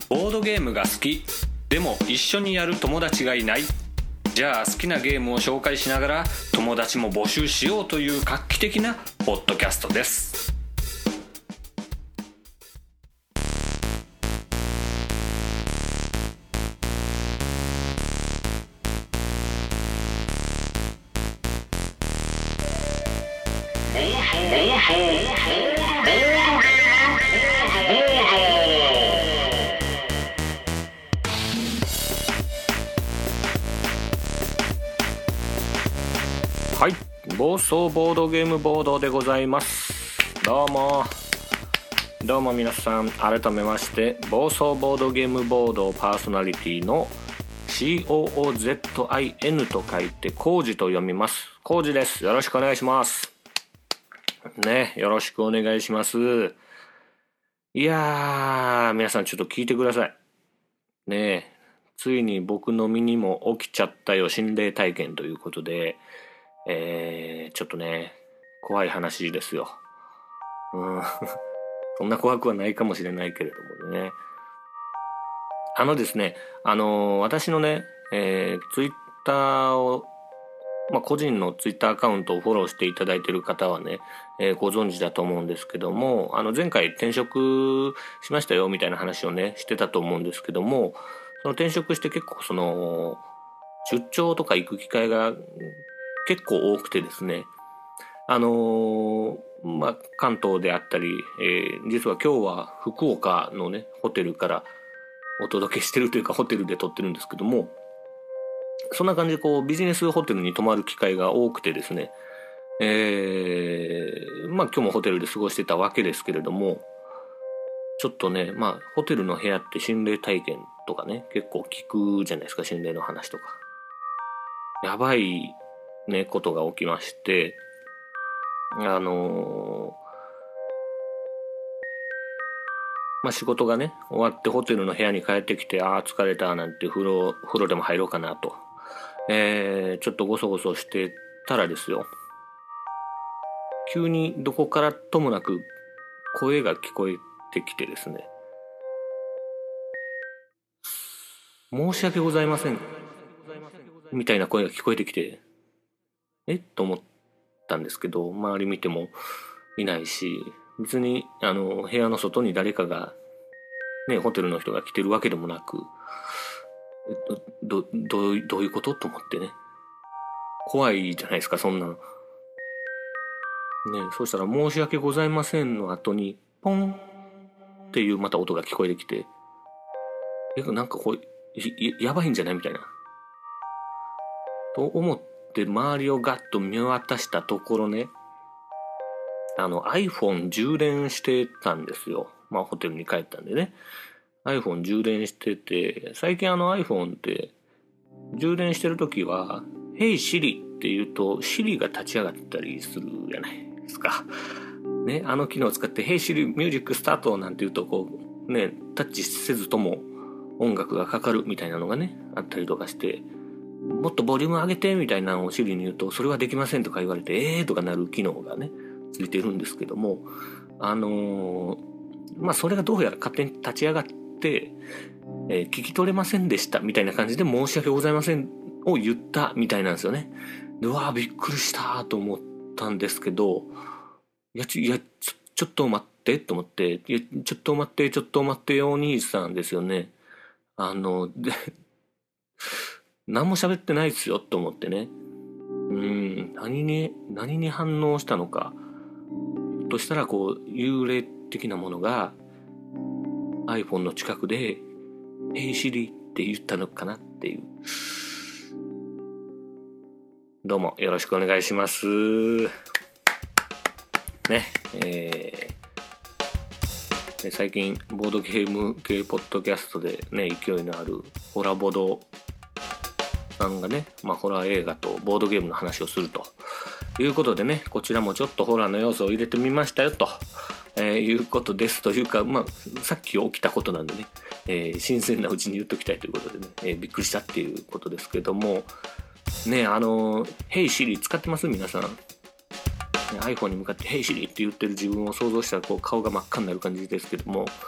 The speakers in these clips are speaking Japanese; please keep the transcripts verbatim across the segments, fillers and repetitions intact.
ボードゲームが好きでも一緒にやる友達がいない。じゃあ好きなゲームを紹介しながら友達も募集しようという画期的なポッドキャストです。はい、暴走ボードゲームボードでございます。どうもどうも皆さん、改めまして暴走ボードゲームボードパーソナリティの コーゼットアイエヌ と書いてコウジと読みます。コウジです。よろしくお願いしますね。よろしくお願いします。いやー、皆さんちょっと聞いてくださいね。えついに僕の身にも起きちゃったよ心霊体験ということで、えー、ちょっとね怖い話ですよ。うんそんな怖くはないかもしれないけれどもね。あのですねあのー、私のね、えー、ツイッターを、まあ、個人のツイッターアカウントをフォローしていただいている方はね、えー、ご存知だと思うんですけども、あの前回転職しましたよみたいな話をねしてたと思うんですけども、その転職して結構その出張とか行く機会が結構多くてですね、あのー、まあ関東であったり、えー、実は今日は福岡のねホテルからお届けしてるというかホテルで撮ってるんですけども、そんな感じでこうビジネスホテルに泊まる機会が多くてですね、えー、まあ今日もホテルで過ごしてたわけですけれども、ちょっとねまあホテルの部屋って心霊体験とかね結構聞くじゃないですか。心霊の話とかやばいねことが起きまして、あのー、まあ仕事がね終わってホテルの部屋に帰ってきて、ああ疲れたなんて風呂風呂でも入ろうかなと、えー、ちょっとゴソゴソしてたらですよ、急にどこからともなく声が聞こえてきてですね、申し訳ございませんみたいな声が聞こえてきて、えっと思ったんですけど、周り見てもいないし、別にあの部屋の外に誰かがねホテルの人が来てるわけでもなく、どどどうどういうことと思ってね、怖いじゃないですかそんなのね。そうしたら申し訳ございませんの後にポンっていうまた音が聞こえてきて、えなんかこれ や, やばいんじゃないみたいなと思って周りをガッと見渡したところね、あの iPhone 充電してたんですよ。まあホテルに帰ったんでね iPhone 充電してて、最近あの iPhone って充電してるときは Hey Siri って言うと Siri が立ち上がったりするじゃないですかね。あの機能を使って Hey Siri ミュージックスタートなんて言うとこうねタッチせずとも音楽がかかるみたいなのがねあったりとかして、もっとボリューム上げてみたいなのを Siri に言うとそれはできませんとか言われてえーとかなる機能がねついてるんですけども、あのー、まあそれがどうやら勝手に立ち上がって、えー、聞き取れませんでしたみたいな感じで申し訳ございませんを言ったみたいなんですよね。で、うわーびっくりしたと思ったんですけど、いやちいやちょちょっと待ってと思って、いやちょっと待ってちょっと待ってよお兄さんですよね。あので何も喋ってないですよと思ってね、うん何に何に反応したのかとしたら、こう幽霊的なものが iPhone の近くで「Hey Siri」って言ったのかなっていう。どうもよろしくお願いしますね。えー、最近ボードゲーム系ポッドキャストでね勢いのあるホラボドさんがね、まあホラー映画とボードゲームの話をするということでね、こちらもちょっとホラーの要素を入れてみましたよと、えー、いうことですというか、まあさっき起きたことなんでね、えー、新鮮なうちに言っときたいということでね、えー、びっくりしたっていうことですけどもね、あの「Hey Siri」使ってます皆さん、ね、iPhone に向かって「Hey Siri」って言ってる自分を想像したらこう顔が真っ赤になる感じですけども、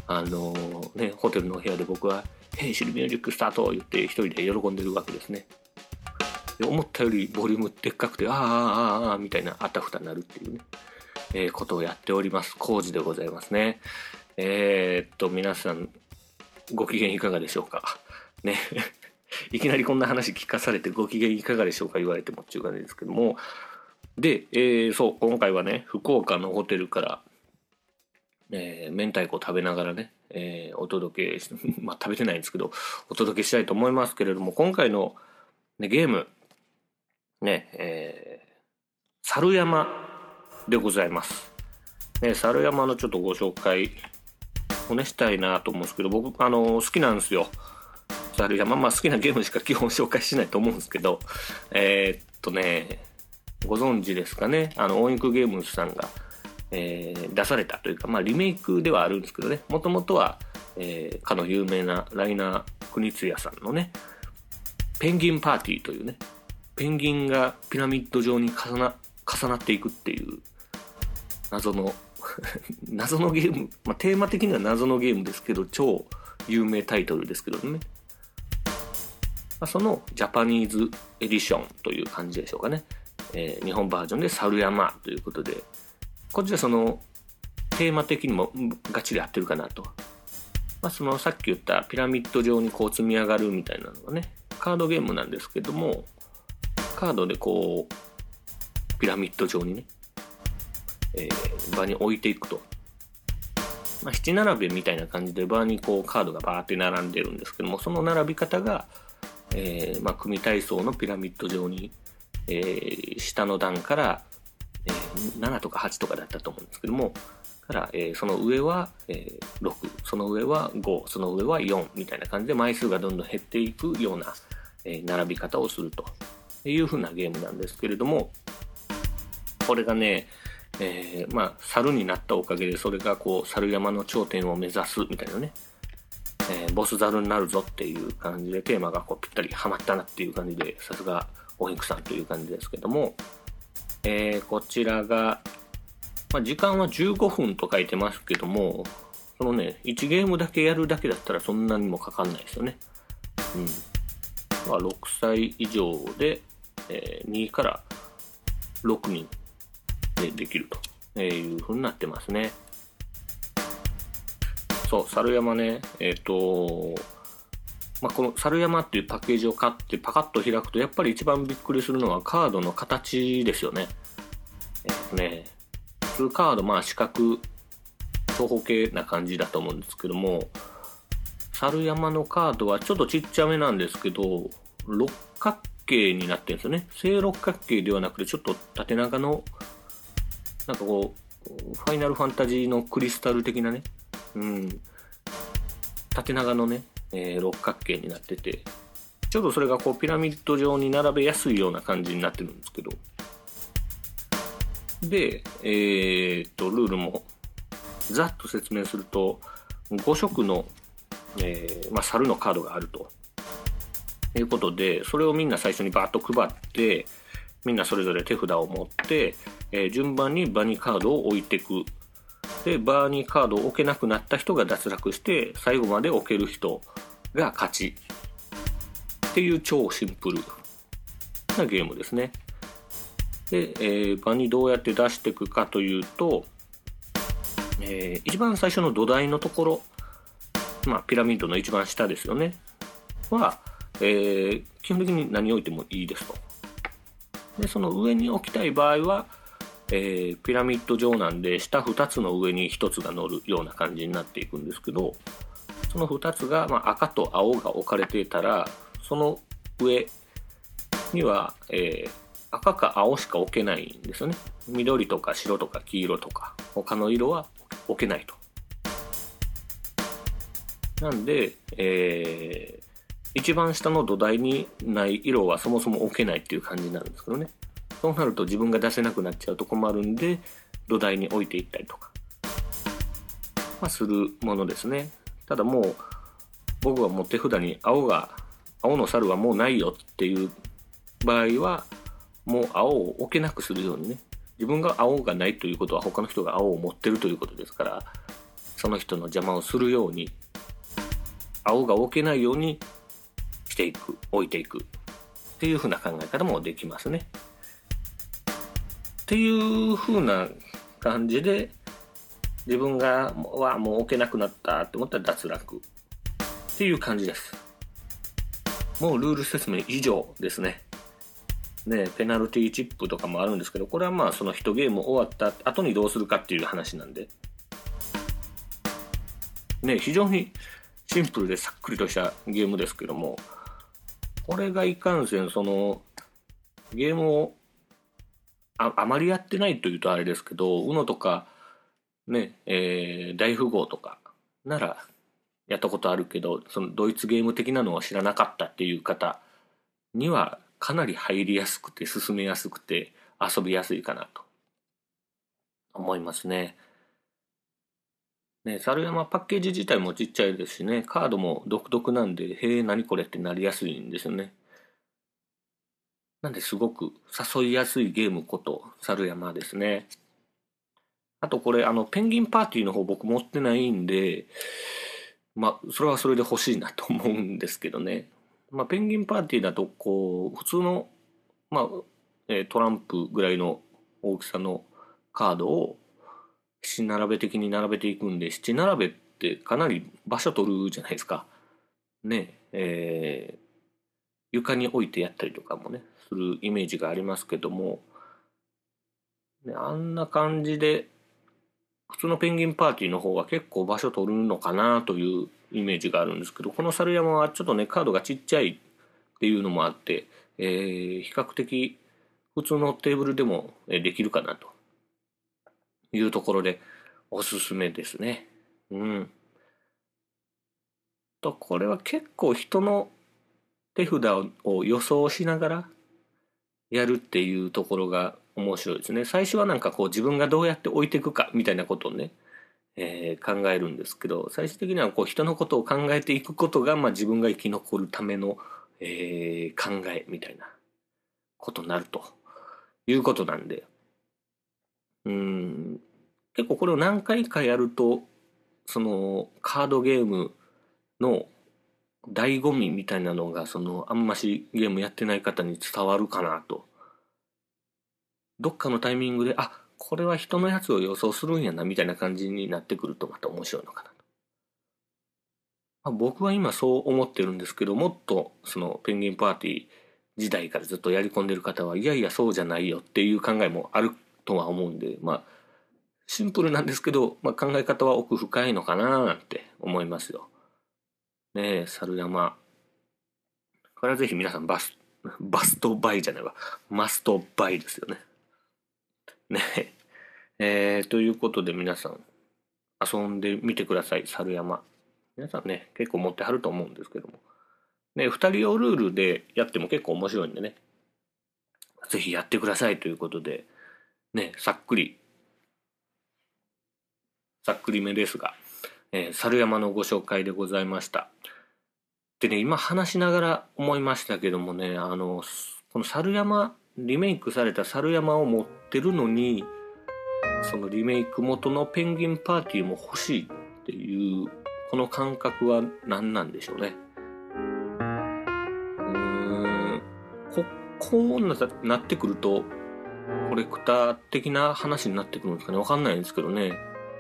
あのー、ね、ホテルの部屋で僕は「ヘイシルミュージックスタート」言って一人で喜んでるわけですね。で思ったよりボリュームでっかくてあーあーあーみたいなあたふたになるっていうね、えー、ことをやっておりますコウジでございますね。えー、っと皆さんご機嫌いかがでしょうかねいきなりこんな話聞かされてご機嫌いかがでしょうか言われてもっていう感じですけども、で、えー、そう今回はね福岡のホテルからえー、明太子を食べながらね、えー、お届けしまあ食べてないんですけどお届けしたいと思いますけれども、今回の、ね、ゲームねえー、猿山でございます、ね、猿山のちょっとご紹介をねしたいなと思うんですけど、僕あの好きなんですよ猿山。まあ好きなゲームしか基本紹介しないと思うんですけど、えー、っとねご存知ですかね、あのオンイクゲームズさんがえー、出されたというか、まあ、リメイクではあるんですけどね、もともとは、えー、かの有名なライナー・クニツヤさんのねペンギンパーティーというね、ペンギンがピラミッド状に重な、重なっていくっていう謎の謎のゲーム、まあ、テーマ的には謎のゲームですけど超有名タイトルですけどね、まあ、そのジャパニーズエディションという感じでしょうかね、えー、日本バージョンで猿山ということで、こっちはそのテーマ的にもガチで合ってるかなと、まあ、そのさっき言ったピラミッド状にこう積み上がるみたいなのがねカードゲームなんですけども、カードでこうピラミッド状にね、えー、場に置いていくと、まあ、七並べみたいな感じで場にこうカードがバーって並んでるんですけども、その並び方が、えーまあ、組体操のピラミッド状に、えー、下の段からえー、ななとかはちとかだったと思うんですけどもから、えー、その上は、えー、ろく、その上はご、その上はよんみたいな感じで枚数がどんどん減っていくような、えー、並び方をするという風なゲームなんですけれども、これがね、えー、まあ猿になったおかげでそれがこう猿山の頂点を目指すみたいなね、えー、ボス猿になるぞっていう感じでテーマがこうぴったりはまったなっていう感じで、さすがお肉さんという感じですけども、えー、こちらが、まあ、時間はじゅうごふんと書いてますけども、そのねいちゲームだけやるだけだったらそんなにもかかんないですよね。うん、まあ、ろくさい以上で、えー、にからろくにんでできるという風になってますね。そう猿山ね、えっ、ー、とまあ、この猿山っていうパッケージを買ってパカッと開くとやっぱり一番びっくりするのはカードの形ですよね。えっとね普通カードまあ四角長方形な感じだと思うんですけども、猿山のカードはちょっとちっちゃめなんですけど六角形になってるんですよね。正六角形ではなくてちょっと縦長のなんかこうファイナルファンタジーのクリスタル的なね、うん縦長のねえー、六角形になってて、ちょっとそれがこうピラミッド状に並べやすいような感じになってるんですけど、で、えー、っとルールもざっと説明するとご色の、えーまあ、猿のカードがあるということで、それをみんな最初にバーッと配って、みんなそれぞれ手札を持って、えー、順番に場にカードを置いていく。で場にカードを置けなくなった人が脱落して最後まで置ける人が勝ちっていう超シンプルなゲームですね。で、えー、場にどうやって出していくかというと、えー、一番最初の土台のところ、まあ、ピラミッドの一番下ですよねは、えー、基本的に何を置いてもいいですと。でその上に置きたい場合はえー、ピラミッド状なんで下ふたつの上にひとつが乗るような感じになっていくんですけど、そのふたつが、まあ、赤と青が置かれていたらその上には、えー、赤か青しか置けないんですよね。緑とか白とか黄色とか他の色は置けないと。なんで、えー、一番下の土台にない色はそもそも置けないっていう感じになるんですけどね。そうなると自分が出せなくなっちゃうと困るんで土台に置いていったりとか、まあ、するものですね。ただもう僕はもう手札に青が青の猿はもうないよっていう場合はもう青を置けなくするようにね、自分が青がないということは他の人が青を持ってるということですから、 その人の邪魔をするように、青が置けないようにしていく、置いていくっていう風な考え方もできますね。っていう風な感じで、自分がわもう置けなくなったって思ったら脱落っていう感じです。もうルール説明以上ですね。ね、ペナルティーチップとかもあるんですけど、これはまあその一ゲーム終わった後にどうするかっていう話なんで、ね、非常にシンプルでさっくりとしたゲームですけども、これがいかんせんそのゲームを あ, あまりやってないというとあれですけど、 ユーノ とかね、えー、大富豪とかならやったことあるけど、そのドイツゲーム的なのを知らなかったっていう方にはかなり入りやすくて進めやすくて遊びやすいかなと思いますね。ね、猿山パッケージ自体もちっちゃいですしね、カードも独特なんで、へえ何これってなりやすいんですよね。なんですごく誘いやすいゲームこと猿山ですね。あとこれあのペンギンパーティーの方僕持ってないんで、まあそれはそれで欲しいなと思うんですけどね。まあペンギンパーティーだとこう普通のまあ、えートランプぐらいの大きさのカードを七並べ的に並べていくんで、七並べってかなり場所取るじゃないですか。ねえ、えー床に置いてやったりとかもねするイメージがありますけども、ね、あんな感じで普通のペンギンパーティーの方は結構場所取るのかなというイメージがあるんですけど、この猿山はちょっとねカードがちっちゃいっていうのもあって、えー比較的普通のテーブルでもできるかなというところでおすすめですね。うん。とこれは結構人の手札を予想しながらやるっていうところが面白いですね。最初はなんかこう自分がどうやって置いていくかみたいなことをね、えー考えるんですけど、最終的にはこう人のことを考えていくことが、まあ、自分が生き残るための、えー考えみたいなことになるということなんで、うーん結構これを何回かやるとそのカードゲームの醍醐味みたいなのがそのあんましゲームやってない方に伝わるかなと。どっかのタイミングであこれは人のやつを予想するんやなみたいな感じになってくるとまた面白いのかなと。まあ、僕は今そう思ってるんですけど、もっとそのペンギンパーティー時代からずっとやり込んでる方はいやいやそうじゃないよっていう考えもあるとは思うんで、まあシンプルなんですけど、まあ、考え方は奥深いのかなって思いますよ。ねえ、猿山。これはぜひ皆さんバス、バストバイじゃないわ。マストバイですよね。ねえ。えー、ということで皆さん遊んでみてください、猿山。皆さんね、結構持ってはると思うんですけども。ね、ふたり用ルールでやっても結構面白いんでね。ぜひやってくださいということで、ね、さっくり、さっくりめですが、えー、猿山のご紹介でございました。でね、今話しながら思いましたけどもね、あの、この猿山、リメイクされた猿山を持ってるのに、そのリメイク元のペンギンパーティーも欲しいっていう、この感覚は何なんでしょうね。うーん、こ、こうななってくると、コレクター的な話になってくるんですかね。わかんないんですけどね。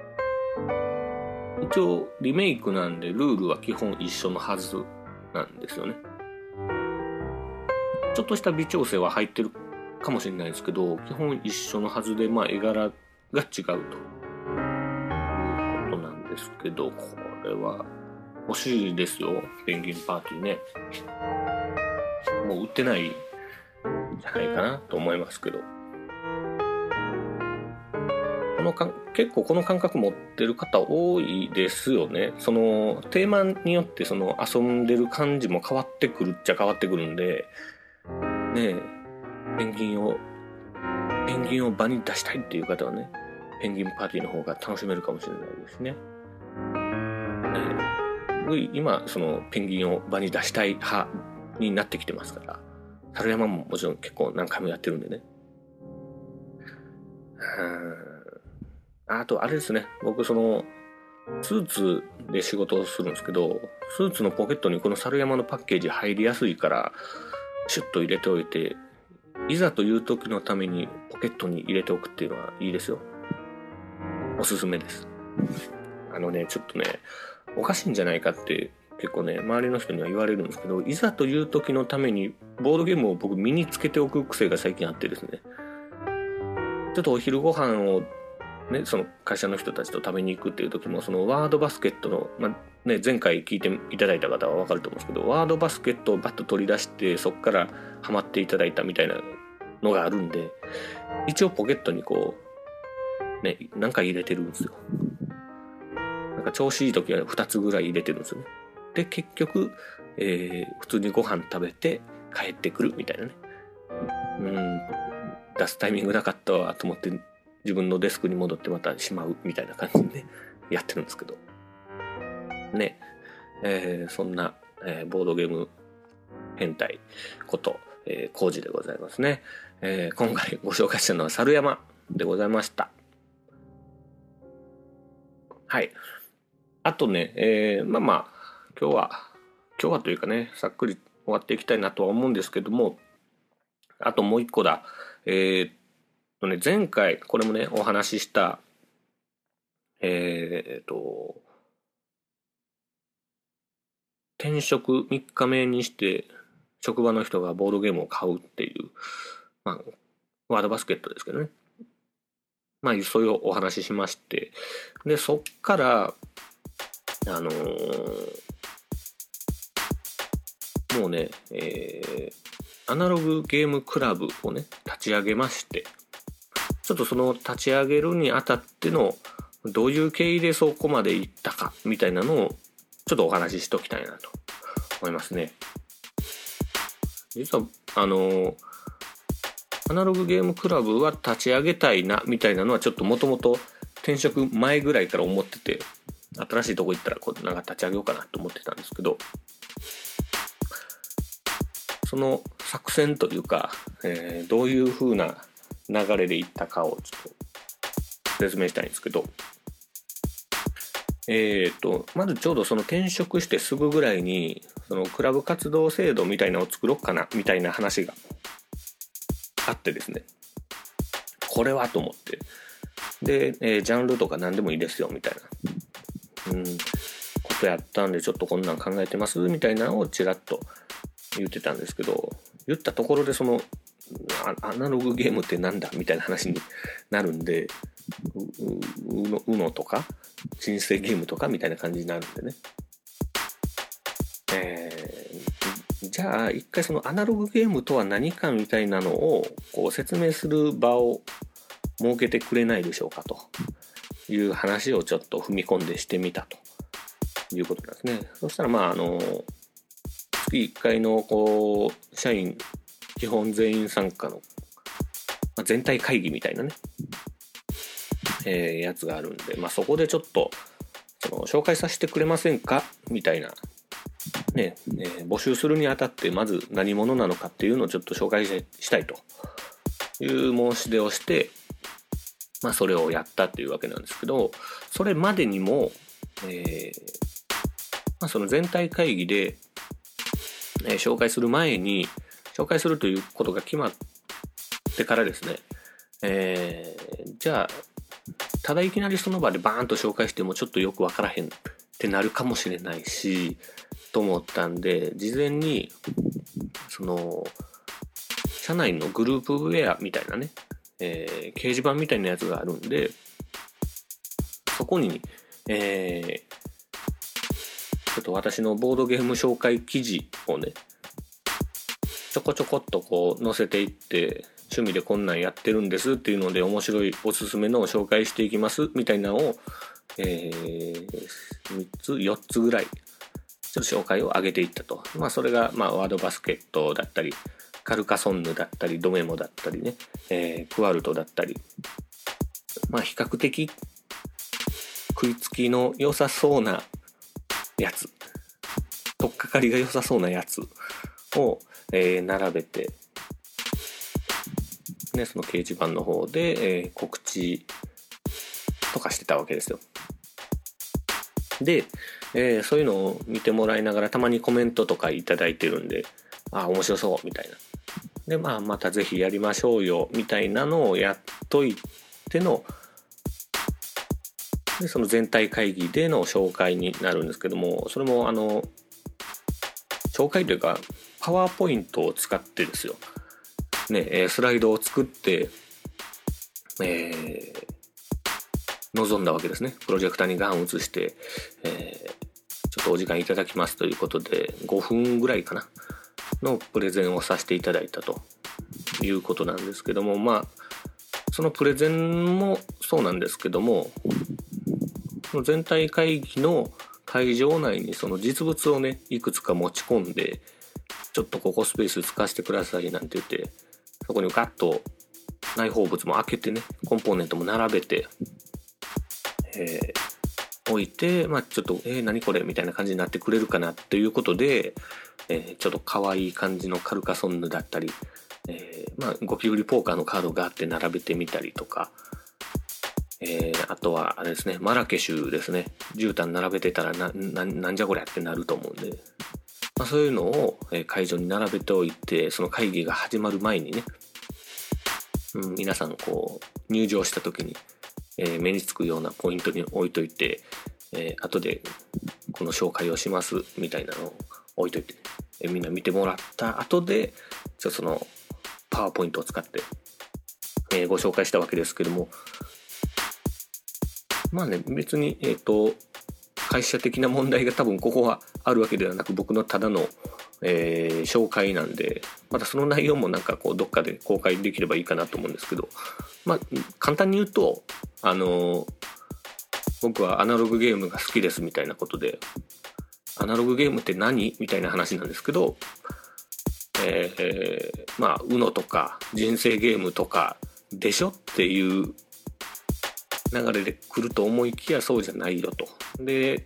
一応リメイクなんでルールは基本一緒のはずなんですよね。ちょっとした微調整は入ってるかもしれないですけど、基本一緒のはずで、まあ絵柄が違うということなんですけど、これは欲しいですよ、ペンギンパーティーね。もう売ってないんじゃないかなと思いますけど、このか結構この感覚持ってる方多いですよね。そのテーマによってその遊んでる感じも変わってくるっちゃ変わってくるんでね。えペンギンをペンギンを場に出したいっていう方はね、ペンギンパーティーの方が楽しめるかもしれないですね。ね今そのペンギンを場に出したい派になってきてますから、猿山ももちろん結構何回もやってるんでね。あとあれですね、僕そのスーツで仕事をするんですけど、スーツのポケットにこの猿山のパッケージ入りやすいからシュッと入れておいて、いざという時のためにポケットに入れておくっていうのはいいですよ。おすすめです。あのねちょっとねおかしいんじゃないかって結構ね周りの人には言われるんですけど、いざという時のためにボードゲームを僕身につけておく癖が最近あってですね、ちょっとお昼ご飯をね、その会社の人たちと食べに行くっていう時も、そのワードバスケットの、まあね、前回聞いていただいた方は分かると思うんですけど、ワードバスケットをバッと取り出してそこからハマっていただいたみたいなのがあるんで、一応ポケットにこうね何か入れてるんですよ。なんか調子いい時はふたつぐらい入れてるんですよね。で結局、えー、普通にご飯食べて帰ってくるみたいなね、うん出すタイミングなかったわと思って自分のデスクに戻ってまたしまうみたいな感じで、ね、やってるんですけどね、えー、そんな、えー、ボードゲーム変態こと、えー、コウジでございますね、えー、今回ご紹介したのは猿山でございました。はい。あとね、えー、まあまあ今日は今日はというかねさっくり終わっていきたいなとは思うんですけども、あともう一個だ。えーね、前回これもねお話ししたえー、っと転職みっかめにして職場の人がボードゲームを買うっていう、まあ、ワードバスケットですけどね、まあそういうお話ししまして、でそっからあのー、もうね、えー、アナログゲームクラブをね立ち上げまして、ちょっとその立ち上げるにあたってのどういう経緯でそこまでいったかみたいなのをちょっとお話ししておきたいなと思いますね。実はあのアナログゲームクラブは立ち上げたいなみたいなのはちょっともともと転職前ぐらいから思ってて、新しいとこ行ったらこうなんか立ち上げようかなと思ってたんですけど、その作戦というか、えー、どういう風な流れでいったかをちょっと説明したいんですけど、えーとまずちょうどその転職してすぐぐらいにそのクラブ活動制度みたいなのを作ろうかなみたいな話があってですね、これはと思って、で、えー、ジャンルとか何でもいいですよみたいな、うん、ことやったんでちょっとこんなん考えてますみたいなのをちらっと言ってたんですけど、言ったところでそのアナログゲームってなんだみたいな話になるんで、うの、うのとか人生ゲームとかみたいな感じになるんでね、えー、じゃあ一回そのアナログゲームとは何かみたいなのをこう説明する場を設けてくれないでしょうかという話をちょっと踏み込んでしてみたということなんですね。そしたらまああの月いっかいのこう社員基本全員参加の、まあ、全体会議みたいなね、えー、やつがあるんで、まあ、そこでちょっとその紹介させてくれませんかみたいな、ねえー、募集するにあたってまず何者なのかっていうのをちょっと紹介したいという申し出をして、まあ、それをやったっていうわけなんですけど、それまでにも、えーまあ、その全体会議で、えー、紹介する前に紹介するということが決まってからですね、えー、じゃあただいきなりその場でバーンと紹介してもちょっとよくわからへんってなるかもしれないしと思ったんで、事前にその社内のグループウェアみたいなね、えー、掲示板みたいなやつがあるんで、そこに、えー、ちょっと私のボードゲーム紹介記事をねちょこちょこっとこう載せていって、趣味でこんなんやってるんですっていうので面白いおすすめのを紹介していきますみたいなのを、えー、みっつよっつぐらいちょっと紹介を上げていったと。まあそれがまあワードバスケットだったりカルカソンヌだったりドメモだったりね、えー、クワルトだったり、まあ比較的食いつきの良さそうなやつ、取っかかりが良さそうなやつを、えー、並べて、ね、その掲示板の方で、えー、告知とかしてたわけですよ。 で、えーそういうのを見てもらいながらたまにコメントとかいただいてるんで、あ面白そうみたいな。でまあまたぜひやりましょうよみたいなのをやっといての、でその全体会議での紹介になるんですけども、それもあの紹介というかパワーポイントを使ってですよね、スライドを作って、えー臨んだわけですね。プロジェクターにガン映して、えーちょっとお時間いただきますということでごふんぐらいかなのプレゼンをさせていただいたということなんですけども、まあそのプレゼンもそうなんですけども、全体会議の会場内にその実物をねいくつか持ち込んで、ちょっとここスペース使わせてくださいなんて言って、そこにガッと内包物も開けてね、コンポーネントも並べて、えー置いて、まあ、ちょっとえー、何これみたいな感じになってくれるかなということで、えー、ちょっと可愛い感じのカルカソンヌだったり、えー、まあゴキブリポーカーのカードがあって並べてみたりとか、えー、あとはあれですね、マラケシュですね、絨毯並べてたらなななんじゃこりゃってなると思うんで、まあ、そういうのを会場に並べておいて、その会議が始まる前にね、うん、皆さんこう入場した時にえー、目につくようなポイントに置いといて、えー、後でこの紹介をしますみたいなのを置いといて、えー、みんな見てもらった後でちょっとそのパワーポイントを使って、えー、ご紹介したわけですけども、まあね別にえっと会社的な問題が多分ここはあるわけではなく、僕のただの、えー、紹介なんで、またその内容もなんかこうどっかで公開できればいいかなと思うんですけど、まあ簡単に言うとあのー、僕はアナログゲームが好きですみたいなことで、アナログゲームって何みたいな話なんですけど、えー、まあ ユーエヌオー とか人生ゲームとかでしょっていう流れで来ると思いきやそうじゃないよと。で、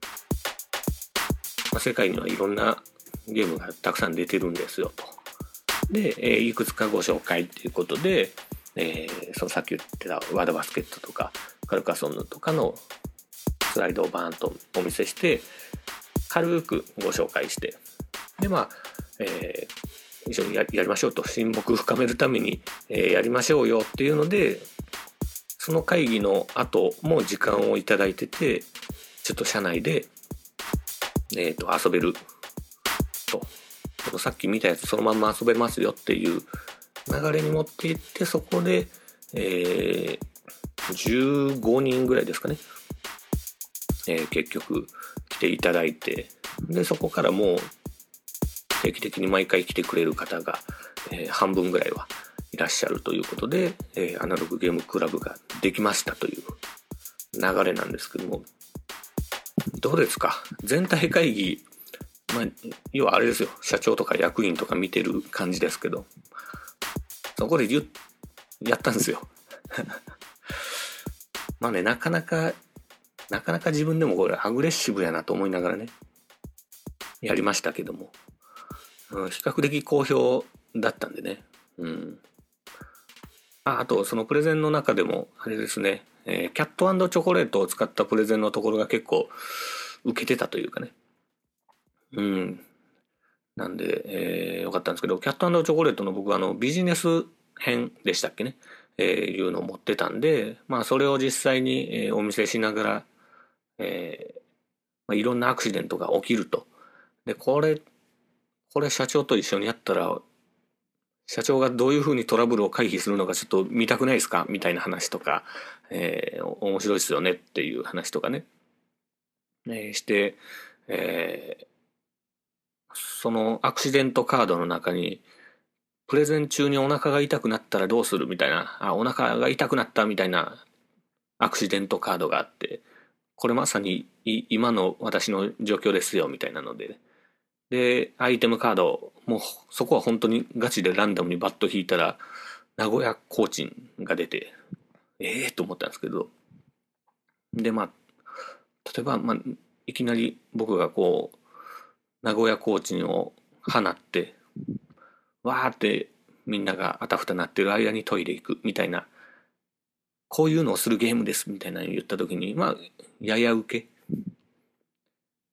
まあ、世界にはいろんなゲームがたくさん出てるんですよと。で、えー、いくつかご紹介ということで、えー、そのさっき言ってたワードバスケットとかカルカソンヌとかのスライドをバーンとお見せして軽くご紹介して、でまあ、えー、一緒に や, やりましょうと、親睦深めるために、えー、やりましょうよっていうので、その会議の後も時間をいただいてて、ちょっと社内で、えー、と遊べると、さっき見たやつそのまんま遊べますよっていう流れに持っていって、そこで、えー、じゅうごにんぐらいですかね、えー、結局来ていただいて、でそこからもう定期的に毎回来てくれる方が、えー、半分ぐらいはいらっしゃるということで、えー、アナログゲームクラブができましたという流れなんですけども、どうですか全体会議、まあ、要はあれですよ、社長とか役員とか見てる感じですけど、そこで言やったんですよまあね、なかなかなかなか自分でもこれアグレッシブやなと思いながらねやりましたけども、うん、比較的好評だったんでね、うん、あ, あとそのプレゼンの中でもあれですね、えー、キャット&チョコレートを使ったプレゼンのところが結構受けてたというかね、うんなんで、えー、よかったんですけど、キャット&チョコレートの僕はあのビジネス編でしたっけね、えー、いうのを持ってたんで、まあそれを実際に、えー、お見せしながら、えーまあ、いろんなアクシデントが起きると。でこれこれ社長と一緒にやったら社長がどういうふうにトラブルを回避するのかちょっと見たくないですかみたいな話とか、えー、面白いですよねっていう話とかね、えー、して、えー、そのアクシデントカードの中にプレゼン中にお腹が痛くなったらどうするみたいな、あお腹が痛くなったみたいなアクシデントカードがあって、これまさに今の私の状況ですよみたいなので、ね、でアイテムカードもうそこは本当にガチでランダムにバッと引いたら名古屋コーチンが出て、ええー、と思ったんですけど、でまあ例えば、まあ、いきなり僕がこう名古屋コーチンを放ってわーってみんながあたふたなってる間にトイレ行くみたいな、こういうのをするゲームですみたいなのを言った時に、まあやや受け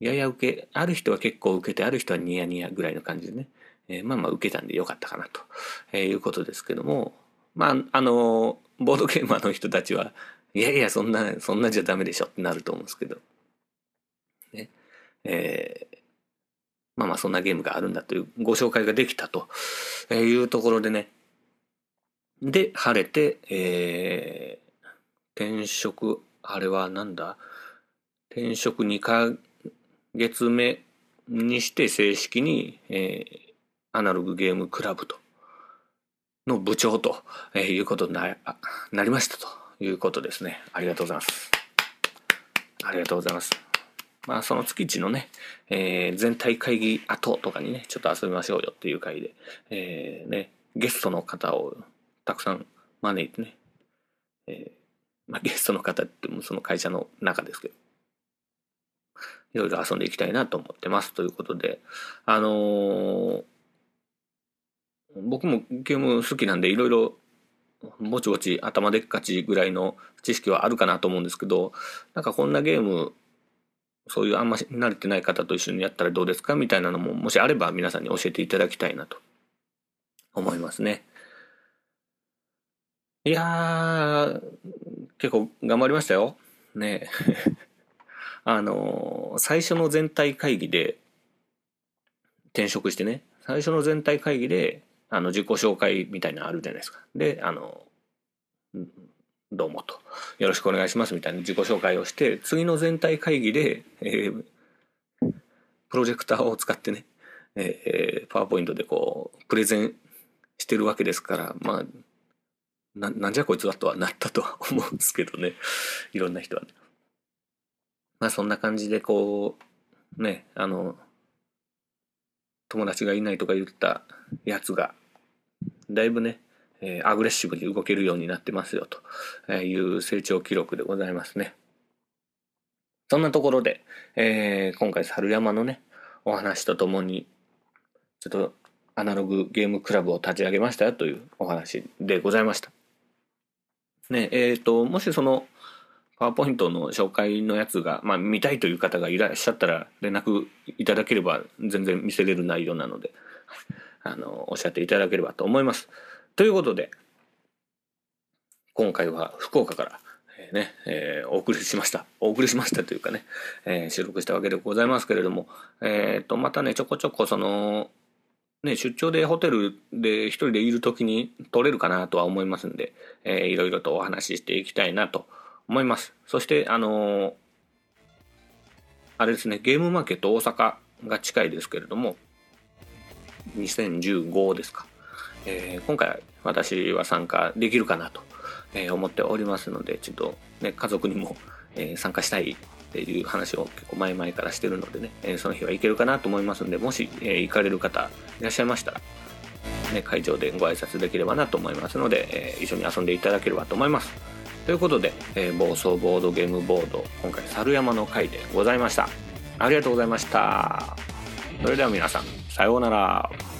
やや受け、ある人は結構受けて、ある人はニヤニヤぐらいの感じでね、えー、まあまあ受けたんでよかったかなと、えー、いうことですけども、まああのボードゲーマーの人たちはいやいやそんなそんなじゃダメでしょってなると思うんですけどね、えー、まあまあそんなゲームがあるんだというご紹介ができたというところでね、で晴れて、えー、転職、あれはなんだ、転職にかげつめにして正式に、えー、アナログゲームクラブとの部長と、えー、いうことに な, なりましたということですね。ありがとうございます。ありがとうございます。まあその月一のね、えー、全体会議後とかにねちょっと遊びましょうよっていう会で、えー、ねゲストの方をたくさん招いてね、えーまあ、ゲストの方ってもその会社の中ですけど、いろいろ遊んでいきたいなと思ってますということで、あのー、僕もゲーム好きなんでいろいろぼちぼち頭でっかちぐらいの知識はあるかなと思うんですけど、なんかこんなゲームそういうあんま慣れてない方と一緒にやったらどうですかみたいなのももしあれば皆さんに教えていただきたいなと思いますね。いやー結構頑張りましたよねあのー、最初の全体会議で転職してね、最初の全体会議であの自己紹介みたいなのあるじゃないですか。であのどうもとよろしくお願いしますみたいな自己紹介をして、次の全体会議で、えー、プロジェクターを使ってね、えー、パワーポイントでこうプレゼンしてるわけですから、まあ な, なんじゃこいつはとはなったとは思うんですけどね、いろんな人はね。まあそんな感じでこうね、あの友達がいないとか言ったやつがだいぶね、えー、アグレッシブに動けるようになってますよという成長記録でございますね。そんなところで、えー、今回猿山のねお話とともにちょっとアナログゲームクラブを立ち上げましたよというお話でございましたね。えーともしそのパワーポイントの紹介のやつが、まあ、見たいという方がいらっしゃったら連絡いただければ全然見せれる内容なので、あのおっしゃっていただければと思います。ということで今回は福岡から、えーねえー、お送りしましたお送りしましたというかね、えー、収録したわけでございますけれども、えー、とまたねちょこちょこそのね、出張でホテルで一人でいる時に撮れるかなとは思いますんで、えー、いろいろとお話ししていきたいなと思います。そしてあのー、あれですね、ゲームマーケット大阪が近いですけれどもにせんじゅうごですか、えー、今回私は参加できるかなと思っておりますので、ちょっとね家族にも参加したいっていう話を結構前々からしてるのでね、その日は行けるかなと思いますので、もし行かれる方いらっしゃいましたら、ね、会場でご挨拶できればなと思いますので、一緒に遊んでいただければと思います。ということで、えー、暴走ボードゲームボード今回猿山の回でございました。ありがとうございました。それでは皆さんさようなら。